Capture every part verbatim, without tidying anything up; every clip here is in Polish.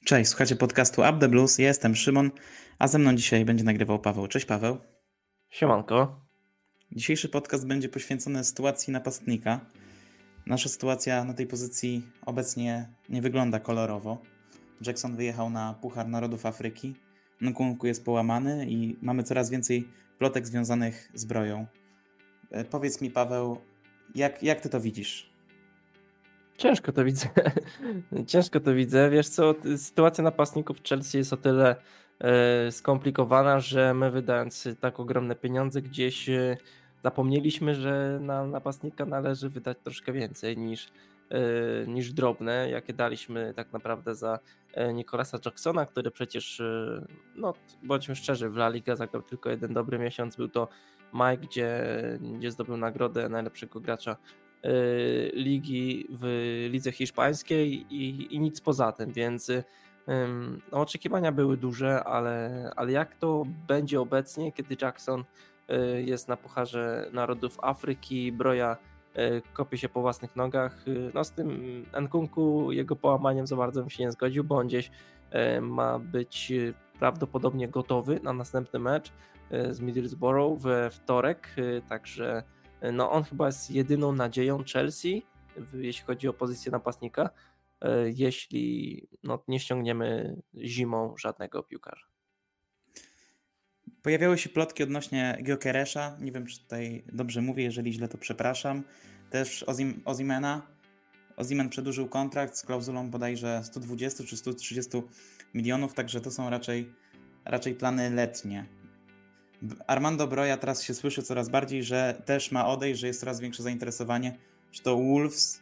Cześć, słuchajcie podcastu Up the Blues. Ja jestem Szymon, a ze mną dzisiaj będzie nagrywał Paweł. Cześć Paweł. Siemanko. Dzisiejszy podcast będzie poświęcony sytuacji napastnika. Nasza sytuacja na tej pozycji obecnie nie wygląda kolorowo. Jackson wyjechał na Puchar Narodów Afryki. Nkunku jest połamany i mamy coraz więcej plotek związanych z broją. E, Powiedz mi Paweł, jak, jak ty to widzisz? Ciężko to widzę. Ciężko to widzę. Wiesz co, ty- sytuacja napastników Chelsea jest o tyle e, skomplikowana, że my wydając tak ogromne pieniądze gdzieś e, zapomnieliśmy, że na napastnika należy wydać troszkę więcej niż, e, niż drobne, jakie daliśmy tak naprawdę za e, Nicolasa Jacksona, który przecież, e, no bądźmy szczerzy, w La Liga zagrał tylko jeden dobry miesiąc. Był to maj, gdzie, gdzie zdobył nagrodę najlepszego gracza y, ligi w lidze hiszpańskiej i, i nic poza tym, więc ym, no, oczekiwania były duże, ale, ale jak to będzie obecnie, kiedy Jackson y, jest na Pucharze Narodów Afryki, Broja y, kopie się po własnych nogach, y, no z tym Nkunku, jego połamaniem za bardzo bym się nie zgodził, bo on gdzieś y, ma być y, prawdopodobnie gotowy na następny mecz y, z Middlesbrough we wtorek, y, także no on chyba jest jedyną nadzieją Chelsea, w- jeśli chodzi o pozycję napastnika, e, jeśli no, nie ściągniemy zimą żadnego piłkarza. Pojawiały się plotki odnośnie Gyökeresza. Nie wiem, czy tutaj dobrze mówię, jeżeli źle to przepraszam. Też Ozim, Ozimena. Ozimen przedłużył kontrakt z klauzulą bodajże sto dwadzieścia czy sto trzydzieści milionów, także to są raczej, raczej plany letnie. B- Armando Broja teraz się słyszy coraz bardziej, że też ma odejść, że jest coraz większe zainteresowanie, czy to Wolves,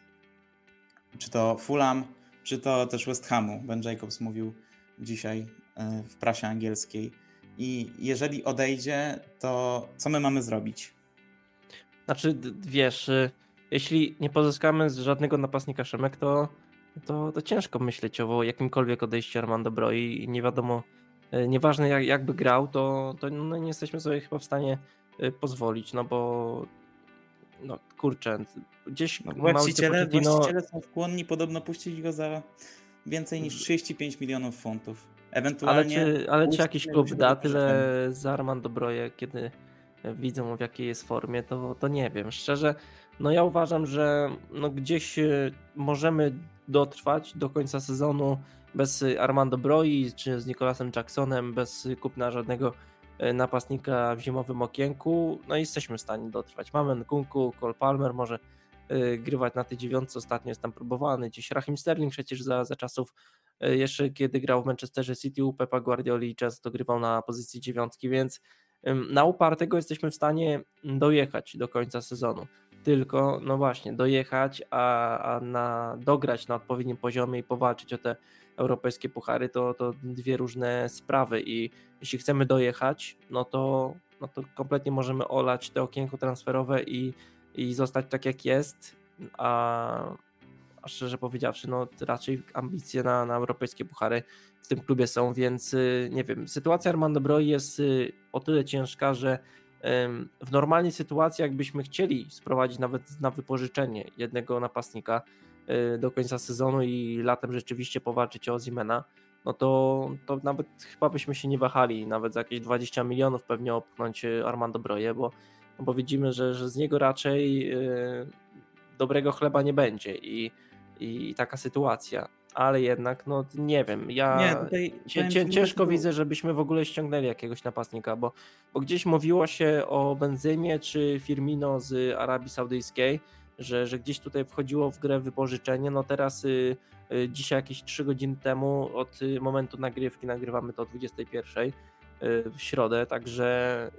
czy to Fulham, czy to też West Hamu. Ben Jacobs mówił dzisiaj e, w prasie angielskiej. I jeżeli odejdzie, to co my mamy zrobić? Znaczy, d- wiesz, y, jeśli nie pozyskamy z żadnego napastnika Szemek, to, to, to ciężko myśleć o jakimkolwiek odejściu Armando Broi i nie wiadomo, y, nieważne jak, jakby grał, to, to no, nie jesteśmy sobie chyba w stanie y, pozwolić, no bo no kurczę, gdzieś No, Mauricio właściciele, Pochettino. właściciele są skłonni podobno puścić go za więcej niż trzydzieści pięć milionów funtów. Ale Ewentualnie czy, ale czy jakiś puścić klub jakbyśmy da wypożyczeni. tyle za Armando Broje, kiedy widzą w jakiej jest formie, to, to nie wiem. Szczerze, no ja uważam, że no gdzieś e, możemy dotrwać do końca sezonu bez Armando Broi czy z Nicolasem Jacksonem, bez kupna żadnego e, napastnika w zimowym okienku. No i jesteśmy w stanie dotrwać. Mamy Nkunku, Cole Palmer może e, grywać na tej dziewiątce, ostatnio jest tam próbowany. Gdzieś Raheem Sterling przecież za, za czasów e, jeszcze kiedy grał w Manchesterze City u Pepa Guardioli, często grywał na pozycji dziewiątki, więc ym, na upartego jesteśmy w stanie dojechać do końca sezonu. Tylko, no właśnie, dojechać, a, a na, dograć na odpowiednim poziomie i powalczyć o te europejskie puchary, to, to dwie różne sprawy i jeśli chcemy dojechać, no to, no to kompletnie możemy olać te okienko transferowe i, i zostać tak jak jest, a, a szczerze powiedziawszy, no raczej ambicje na, na europejskie puchary w tym klubie są, więc y, nie wiem, sytuacja Armando Broi jest y, o tyle ciężka, że ym, w normalnej sytuacji jakbyśmy chcieli sprowadzić nawet na wypożyczenie jednego napastnika y, do końca sezonu i latem rzeczywiście powalczyć o Ozimena, no to, to nawet chyba byśmy się nie wahali, nawet za jakieś dwadzieścia milionów pewnie opchnąć y, Armando Broje, bo, no bo widzimy, że, że z niego raczej y, dobrego chleba nie będzie i, i taka sytuacja, ale jednak no nie wiem, Nie, ja tutaj cię, powiem cię, ci, mogę ciężko tylko... widzę, żebyśmy w ogóle ściągnęli jakiegoś napastnika, bo, bo gdzieś mówiło się o Benzemie czy Firmino z Arabii Saudyjskiej, że, że gdzieś tutaj wchodziło w grę wypożyczenie, no teraz y, y, dzisiaj jakieś trzy godziny temu od y, momentu nagrywki, nagrywamy to o dwudziestej pierwszej y, w środę, także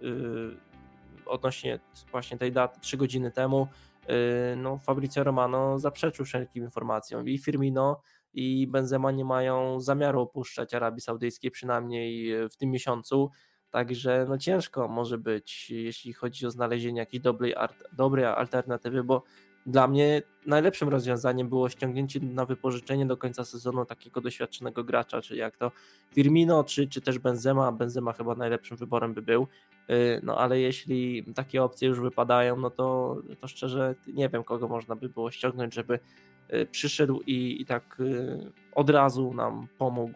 y, odnośnie właśnie tej daty trzy godziny temu no Fabrizio Romano zaprzeczył wszelkim informacjom i Firmino i Benzema nie mają zamiaru opuszczać Arabii Saudyjskiej, przynajmniej w tym miesiącu, także no ciężko może być, jeśli chodzi o znalezienie jakiejś dobrej, dobrej alternatywy, bo dla mnie najlepszym rozwiązaniem było ściągnięcie na wypożyczenie do końca sezonu takiego doświadczonego gracza, czy jak to Firmino, czy, czy też Benzema. Benzema chyba najlepszym wyborem by był. No ale jeśli takie opcje już wypadają, no to, to szczerze nie wiem, kogo można by było ściągnąć, żeby przyszedł i, i tak od razu nam pomógł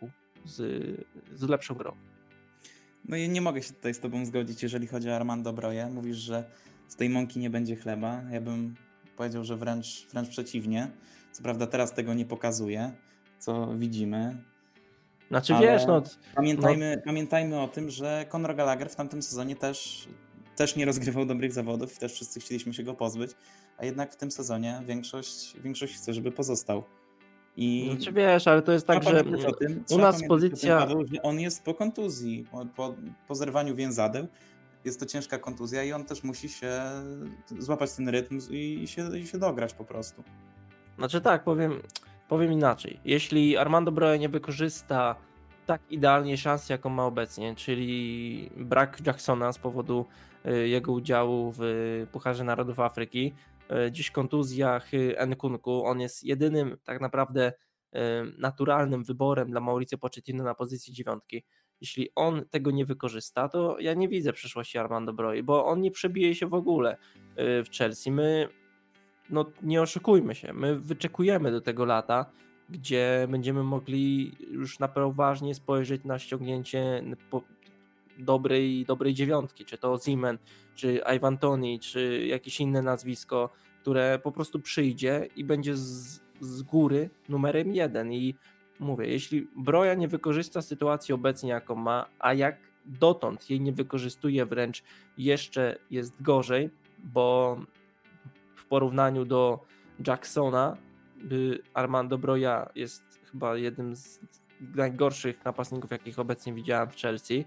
z, z lepszą grą. No i nie mogę się tutaj z tobą zgodzić, jeżeli chodzi o Armando Broję. Mówisz, że z tej mąki nie będzie chleba. Ja bym powiedział, że wręcz, wręcz przeciwnie. Co prawda teraz tego nie pokazuje, co widzimy. Znaczy Ale wiesz, no, pamiętajmy, no... pamiętajmy o tym, że Conor Gallagher w tamtym sezonie też, też nie rozgrywał dobrych zawodów i też wszyscy chcieliśmy się go pozbyć, a jednak w tym sezonie większość, większość chce, żeby pozostał. I znaczy wiesz, ale to jest tak, że o tym, u nas pozycja... Tym, Paweł, że on jest po kontuzji, po, po zerwaniu więzadeł. Jest to ciężka kontuzja i on też musi się złapać ten rytm i się, i się dograć po prostu. Znaczy tak, powiem, powiem inaczej. Jeśli Armando Broja nie wykorzysta tak idealnie szansy, jaką ma obecnie, czyli brak Jacksona z powodu jego udziału w Pucharze Narodów Afryki, dziś kontuzjach Nkunku, on jest jedynym tak naprawdę naturalnym wyborem dla Mauricio Pochettino na pozycji dziewiątki. Jeśli on tego nie wykorzysta, to ja nie widzę przyszłości Armando Broi, bo on nie przebije się w ogóle w Chelsea. My, no nie oszukujmy się, my wyczekujemy do tego lata, gdzie będziemy mogli już na poważnie spojrzeć na ściągnięcie dobrej, dobrej dziewiątki, czy to Osimhen, czy Ivan Toney, czy jakieś inne nazwisko, które po prostu przyjdzie i będzie z, z góry numerem jeden. I mówię, jeśli Broja nie wykorzysta sytuacji obecnie, jaką ma, a jak dotąd jej nie wykorzystuje, wręcz jeszcze jest gorzej, bo w porównaniu do Jacksona Armando Broja jest chyba jednym z najgorszych napastników, jakich obecnie widziałem w Chelsea,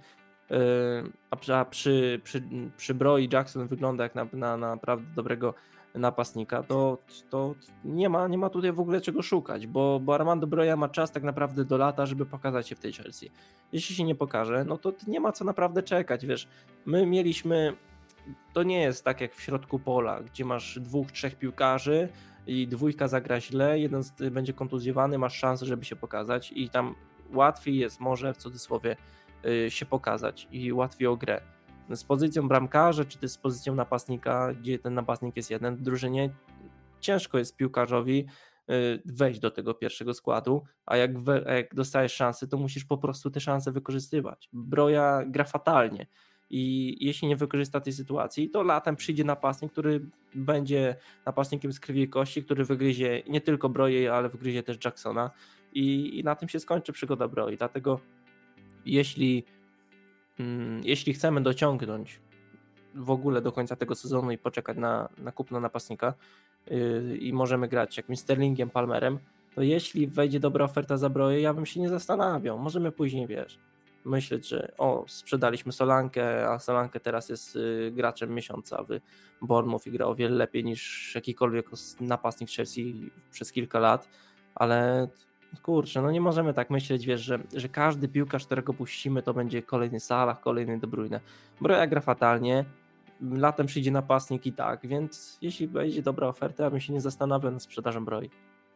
a przy, a przy, przy, przy Broi Jackson wygląda jak na, na, na naprawdę dobrego napastnika, to, to nie ma, nie ma tutaj w ogóle czego szukać, bo, bo Armando Broja ma czas tak naprawdę do lata, żeby pokazać się w tej Chelsea. Jeśli się nie pokaże, no to nie ma co naprawdę czekać, wiesz, my mieliśmy, to nie jest tak jak w środku pola, gdzie masz dwóch, trzech piłkarzy i dwójka zagra źle, jeden będzie kontuzjowany, masz szansę, żeby się pokazać i tam łatwiej jest może w cudzysłowie się pokazać i łatwiej o grę. Z pozycją bramkarza, czy też z pozycją napastnika, gdzie ten napastnik jest jeden w drużynie, ciężko jest piłkarzowi wejść do tego pierwszego składu, a jak, we, a jak dostajesz szansę, to musisz po prostu te szanse wykorzystywać. Broja gra fatalnie i jeśli nie wykorzysta tej sytuacji, to latem przyjdzie napastnik, który będzie napastnikiem z krwi i kości, który wygryzie nie tylko Broję, ale wygryzie też Jacksona i, i na tym się skończy przygoda Broi. Dlatego jeśli Jeśli chcemy dociągnąć w ogóle do końca tego sezonu i poczekać na, na kupno napastnika yy, i możemy grać jakimś Sterlingiem, Palmerem, to jeśli wejdzie dobra oferta za Broję, ja bym się nie zastanawiał. Możemy później, wiesz, myśleć, że o, sprzedaliśmy Solankę, a Solankę teraz jest yy, graczem miesiąca w Bournemouth i gra o wiele lepiej niż jakikolwiek napastnik Chelsea przez kilka lat, ale kurczę, no nie możemy tak myśleć, wiesz, że, że każdy piłkarz, którego puścimy, to będzie kolejny Salah, kolejny De Bruyne. Broja gra fatalnie, latem przyjdzie napastnik i tak, więc jeśli będzie dobra oferta, ja bym się nie zastanawiał nad sprzedażą Broi.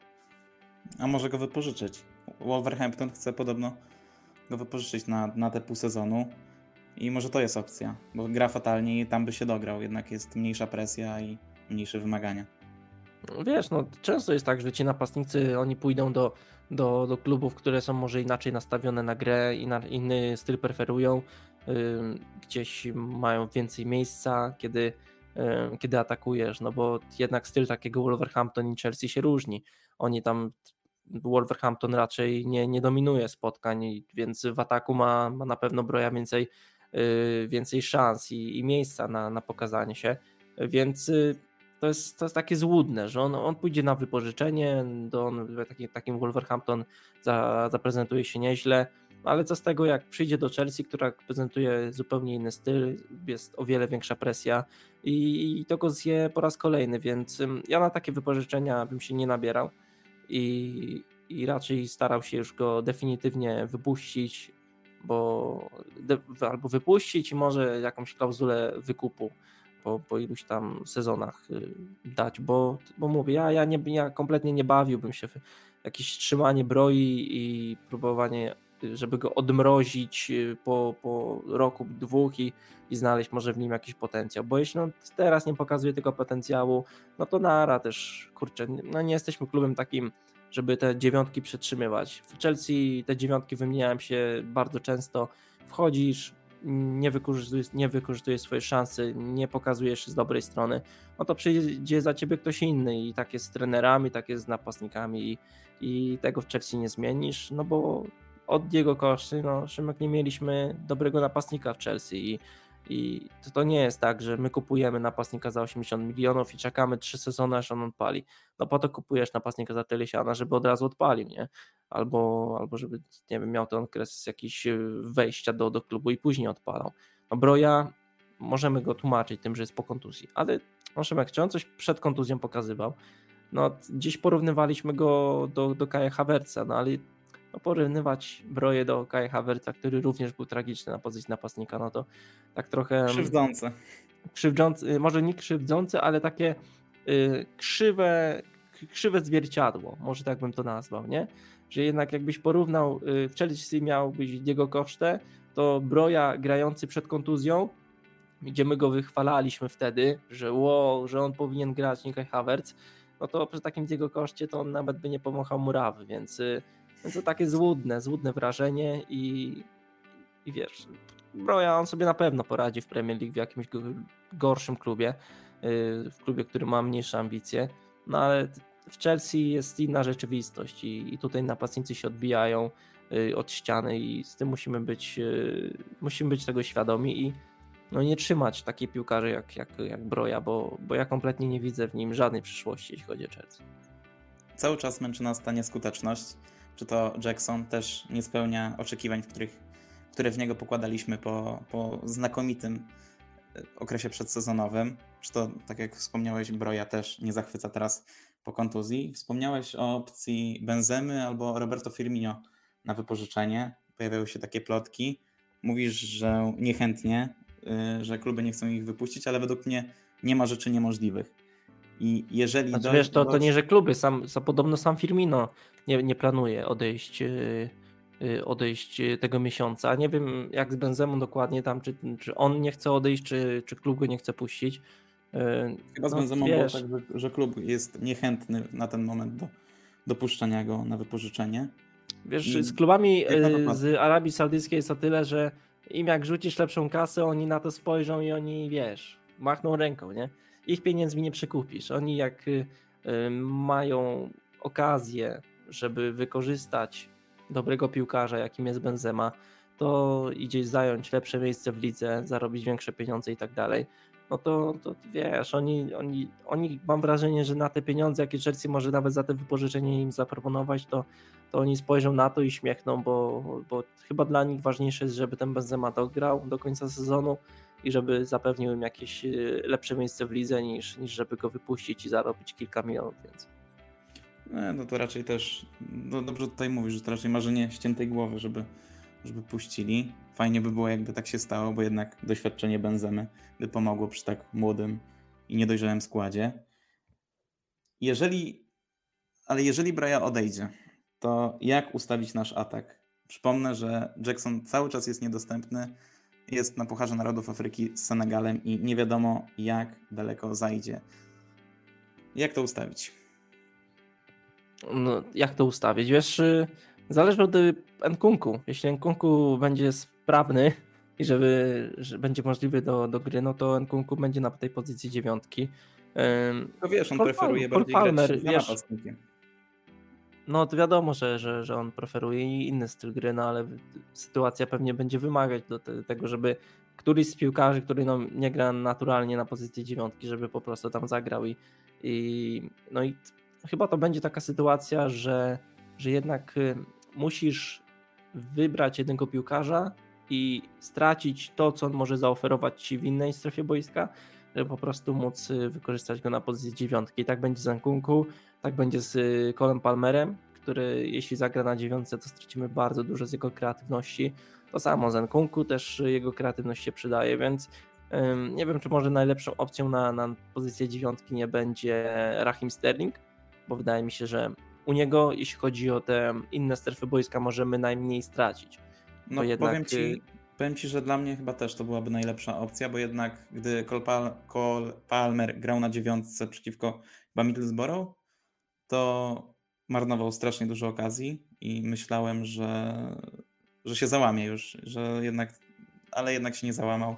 A może go wypożyczyć? Wolverhampton chce podobno go wypożyczyć na, na te pół sezonu i może to jest opcja, bo gra fatalnie i tam by się dograł, jednak jest mniejsza presja i mniejsze wymagania. Wiesz, no często jest tak, że ci napastnicy, oni pójdą do, do, do klubów, które są może inaczej nastawione na grę i na inny styl preferują, yy, gdzieś mają więcej miejsca, kiedy, yy, kiedy atakujesz, no bo jednak styl takiego Wolverhampton i Chelsea się różni. Oni tam, Wolverhampton raczej nie, nie dominuje spotkań, więc w ataku ma, ma na pewno Broja więcej, yy, więcej szans i, i miejsca na, na pokazanie się, więc yy, To jest, to jest takie złudne, że on, on pójdzie na wypożyczenie, do, on, taki, takim Wolverhampton za, zaprezentuje się nieźle, ale co z tego, jak przyjdzie do Chelsea, która prezentuje zupełnie inny styl, jest o wiele większa presja i, i to go zje po raz kolejny, więc ja na takie wypożyczenia bym się nie nabierał i, i raczej starał się już go definitywnie wypuścić, bo de, albo wypuścić i może jakąś klauzulę wykupu Po, po iluś tam sezonach dać, bo, bo mówię, ja, ja, nie, ja kompletnie nie bawiłbym się w jakieś trzymanie Broi i próbowanie, żeby go odmrozić po, po roku, dwóch i, i znaleźć może w nim jakiś potencjał, bo jeśli on teraz nie pokazuje tego potencjału, no to nara też, kurczę, no nie jesteśmy klubem takim żeby te dziewiątki przetrzymywać. W Chelsea te dziewiątki wymieniają się bardzo często, wchodzisz, nie wykorzystujesz, nie wykorzystujesz swojej szansy, nie pokazujesz się z dobrej strony, no to przyjdzie za ciebie ktoś inny i tak jest z trenerami, tak jest z napastnikami i, i tego w Chelsea nie zmienisz, no bo od Diego Costy, no Szymek, nie mieliśmy dobrego napastnika w Chelsea i, i to, to nie jest tak, że my kupujemy napastnika za osiemdziesiąt milionów i czekamy trzy sezony, aż on odpali. No po to kupujesz napastnika za tyle siana, żeby od razu odpalił, nie? Albo, albo żeby, nie wiem, miał ten okres jakiś wejścia do, do klubu i później odpalał. No Broja, możemy go tłumaczyć tym, że jest po kontuzji, ale no Szymek, czy on coś przed kontuzją pokazywał? No gdzieś porównywaliśmy go do, do Kaja Havertza, no ale no, porównywać Broję do Kaja Havertza, który również był tragiczny na pozycji napastnika, no to tak trochę Krzywdzące. krzywdzący, może nie krzywdzące, ale takie y, krzywe, krzywe zwierciadło, może tak bym to nazwał, nie? Że jednak jakbyś porównał, y, w Chelsea miałbyś Diego Costa, to Broja grający przed kontuzją, gdzie my go wychwalaliśmy wtedy, że wow, że on powinien grać, nie Kai Havertz, no to przy takim Diego Coście to on nawet by nie pomachał murawy, więc, y, więc to takie złudne, złudne wrażenie i, i wiesz, Broja on sobie na pewno poradzi w Premier League w jakimś gorszym klubie, w klubie, który ma mniejsze ambicje, no ale w Chelsea jest inna rzeczywistość i, i tutaj napastnicy się odbijają od ściany i z tym musimy być, musimy być tego świadomi i no nie trzymać takiej piłkarzy jak, jak, jak Broja, bo, bo ja kompletnie nie widzę w nim żadnej przyszłości, jeśli chodzi o Chelsea. Cały czas męczy nas ta nieskuteczność. Czy to Jackson też nie spełnia oczekiwań, w których, które w niego pokładaliśmy po, po znakomitym okresie przedsezonowym. Czy to, tak jak wspomniałeś, Broja też nie zachwyca teraz po kontuzji. Wspomniałeś o opcji Benzemy albo Roberto Firmino na wypożyczenie. Pojawiały się takie plotki. Mówisz, że niechętnie, że kluby nie chcą ich wypuścić, ale według mnie nie ma rzeczy niemożliwych. I jeżeli znaczy, do, wiesz, to, do... to nie, że kluby, sam, sam, podobno sam Firmino nie, nie planuje odejść, yy, odejść tego miesiąca. Nie wiem jak z Benzemą dokładnie tam, czy, czy on nie chce odejść, czy, czy klub go nie chce puścić. Yy, Chyba z no, Benzemą wiesz, było tak, że, że klub jest niechętny na ten moment do dopuszczenia go na wypożyczenie. Wiesz, I z klubami jak z Arabii Saudyjskiej jest o tyle, że im jak rzucisz lepszą kasę, oni na to spojrzą i oni, wiesz, machną ręką, nie? Ich pieniędzmi nie przekupisz. Oni jak y, y, mają okazję, żeby wykorzystać dobrego piłkarza, jakim jest Benzema, to idzie zająć lepsze miejsce w lidze, zarobić większe pieniądze i tak dalej. No to, to wiesz, oni, oni, oni mam wrażenie, że na te pieniądze, jakie Chelsea może nawet za te wypożyczenie im zaproponować, to, to oni spojrzą na to i śmiechną, bo, bo chyba dla nich ważniejsze jest, żeby ten Benzema dograł do końca sezonu i żeby zapewnił im jakieś lepsze miejsce w lidze niż, niż żeby go wypuścić i zarobić kilka milionów więcej. No, no to raczej też, no dobrze tutaj mówisz, że to raczej marzenie ściętej głowy, żeby, żeby puścili. Fajnie by było, jakby tak się stało, bo jednak doświadczenie Benzemy by pomogło przy tak młodym i niedojrzałym składzie. Jeżeli, ale jeżeli Broja odejdzie, to jak ustawić nasz atak? Przypomnę, że Jackson cały czas jest niedostępny, jest na Pucharze Narodów Afryki z Senegalem i nie wiadomo, jak daleko zajdzie. Jak to ustawić? No, jak to ustawić? Wiesz, zależy od Nkunku. Jeśli Nkunku będzie sprawny i żeby że będzie możliwy do, do gry, no to Nkunku będzie na tej pozycji dziewiątki. To wiesz, on Cole preferuje Cole bardziej Palmer, grać za wiesz, napastnikiem. No to wiadomo, że, że, że on preferuje inny styl gry, no ale sytuacja pewnie będzie wymagać do te, tego, żeby któryś z piłkarzy, który no, nie gra naturalnie na pozycji dziewiątki, żeby po prostu tam zagrał i, i no i chyba to będzie taka sytuacja, że, że jednak musisz wybrać jednego piłkarza i stracić to, co on może zaoferować ci w innej strefie boiska, żeby po prostu móc wykorzystać go na pozycji dziewiątki. I tak będzie z Nkunku, tak będzie z Colem Palmerem, który jeśli zagra na dziewiątce, to stracimy bardzo dużo z jego kreatywności. To samo z Nkunku, też jego kreatywność się przydaje, więc um, nie wiem, czy może najlepszą opcją na, na pozycję dziewiątki nie będzie Raheem Sterling, bo wydaje mi się, że u niego, jeśli chodzi o te inne strefy boiska, możemy najmniej stracić. No jednak... powiem ci, powiem ci, że dla mnie chyba też to byłaby najlepsza opcja, bo jednak gdy Cole, Pal- Cole Palmer grał na dziewiątce przeciwko chyba Middlesbrough, to marnował strasznie dużo okazji i myślałem, że, że się załamie już, że jednak, ale jednak się nie załamał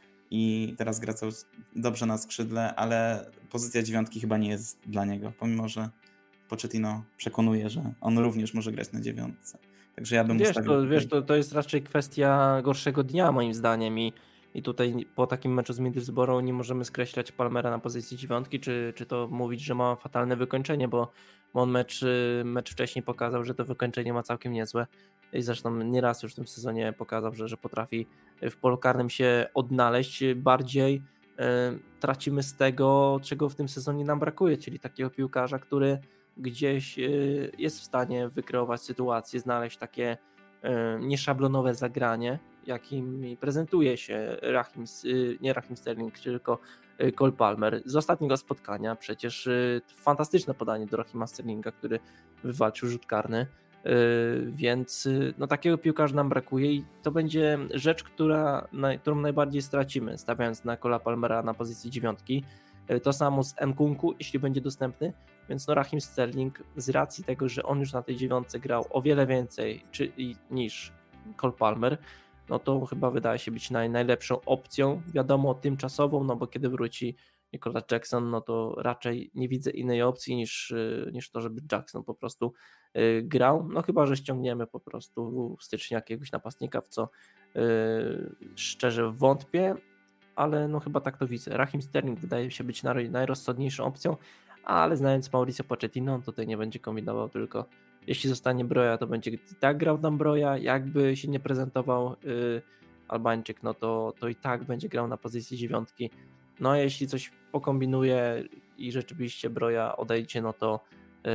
i teraz gra cały dobrze na skrzydle, ale pozycja dziewiątki chyba nie jest dla niego, pomimo że Pochettino przekonuje, że on również może grać na dziewiątce. Także ja bym Wiesz, ustawił to, tutaj. wiesz to, to jest raczej kwestia gorszego dnia moim zdaniem i, i tutaj po takim meczu z Middlesbrough nie możemy skreślać Palmera na pozycji dziewiątki, czy, czy to mówić, że ma fatalne wykończenie, bo, bo on mecz, mecz wcześniej pokazał, że to wykończenie ma całkiem niezłe i zresztą nieraz już w tym sezonie pokazał, że, że potrafi w polu karnym się odnaleźć. Bardziej e, tracimy z tego, czego w tym sezonie nam brakuje, czyli takiego piłkarza, który gdzieś y, jest w stanie wykreować sytuację, znaleźć takie y, nieszablonowe zagranie, jakim prezentuje się Raheem, y, nie Raheem Sterling, tylko y, Cole Palmer. Z ostatniego spotkania przecież y, fantastyczne podanie do Raheema Sterlinga, który wywalczył rzut karny, y, więc y, no, takiego piłkarza nam brakuje i to będzie rzecz, która, na, którą najbardziej stracimy, stawiając na Cole'a Palmera na pozycji dziewiątki. To samo z Nkunku, jeśli będzie dostępny, więc no Raheem Sterling z racji tego, że on już na tej dziewiątce grał o wiele więcej czy, niż Cole Palmer, no to chyba wydaje się być naj, najlepszą opcją, wiadomo tymczasową, no bo kiedy wróci Nicolas Jackson, no to raczej nie widzę innej opcji niż, niż to, żeby Jackson po prostu y, grał, no chyba, że ściągniemy po prostu w styczniu jakiegoś napastnika, w co y, szczerze wątpię, ale no chyba tak to widzę. Raheem Sterling wydaje się być naj, najrozsądniejszą opcją, ale znając Mauricio Pochettino, on tutaj nie będzie kombinował, tylko jeśli zostanie Broja, to będzie i tak grał tam Broja, jakby się nie prezentował yy, Albańczyk, no to, to i tak będzie grał na pozycji dziewiątki. No a jeśli coś pokombinuje i rzeczywiście Broja odejdzie, no to yy,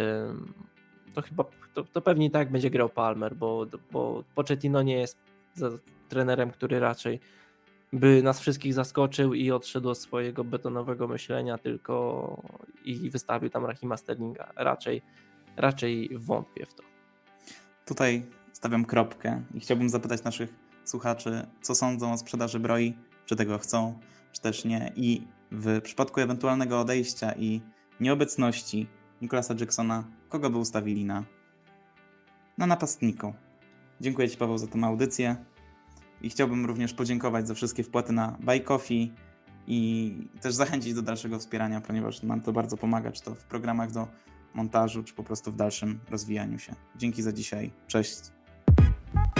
to chyba to, to pewnie i tak będzie grał Palmer, bo, bo Pochettino nie jest trenerem, który raczej by nas wszystkich zaskoczył i odszedł od swojego betonowego myślenia tylko i wystawił tam Raheema Sterlinga. Raczej, raczej wątpię w to. Tutaj stawiam kropkę i chciałbym zapytać naszych słuchaczy, co sądzą o sprzedaży Broi, czy tego chcą, czy też nie. I w przypadku ewentualnego odejścia i nieobecności Nicolasa Jacksona, kogo by ustawili na, na napastniku? Dziękuję Ci, Paweł, za tę audycję. I chciałbym również podziękować za wszystkie wpłaty na Buy Coffee i też zachęcić do dalszego wspierania, ponieważ nam to bardzo pomaga, czy to w programach do montażu, czy po prostu w dalszym rozwijaniu się. Dzięki za dzisiaj. Cześć.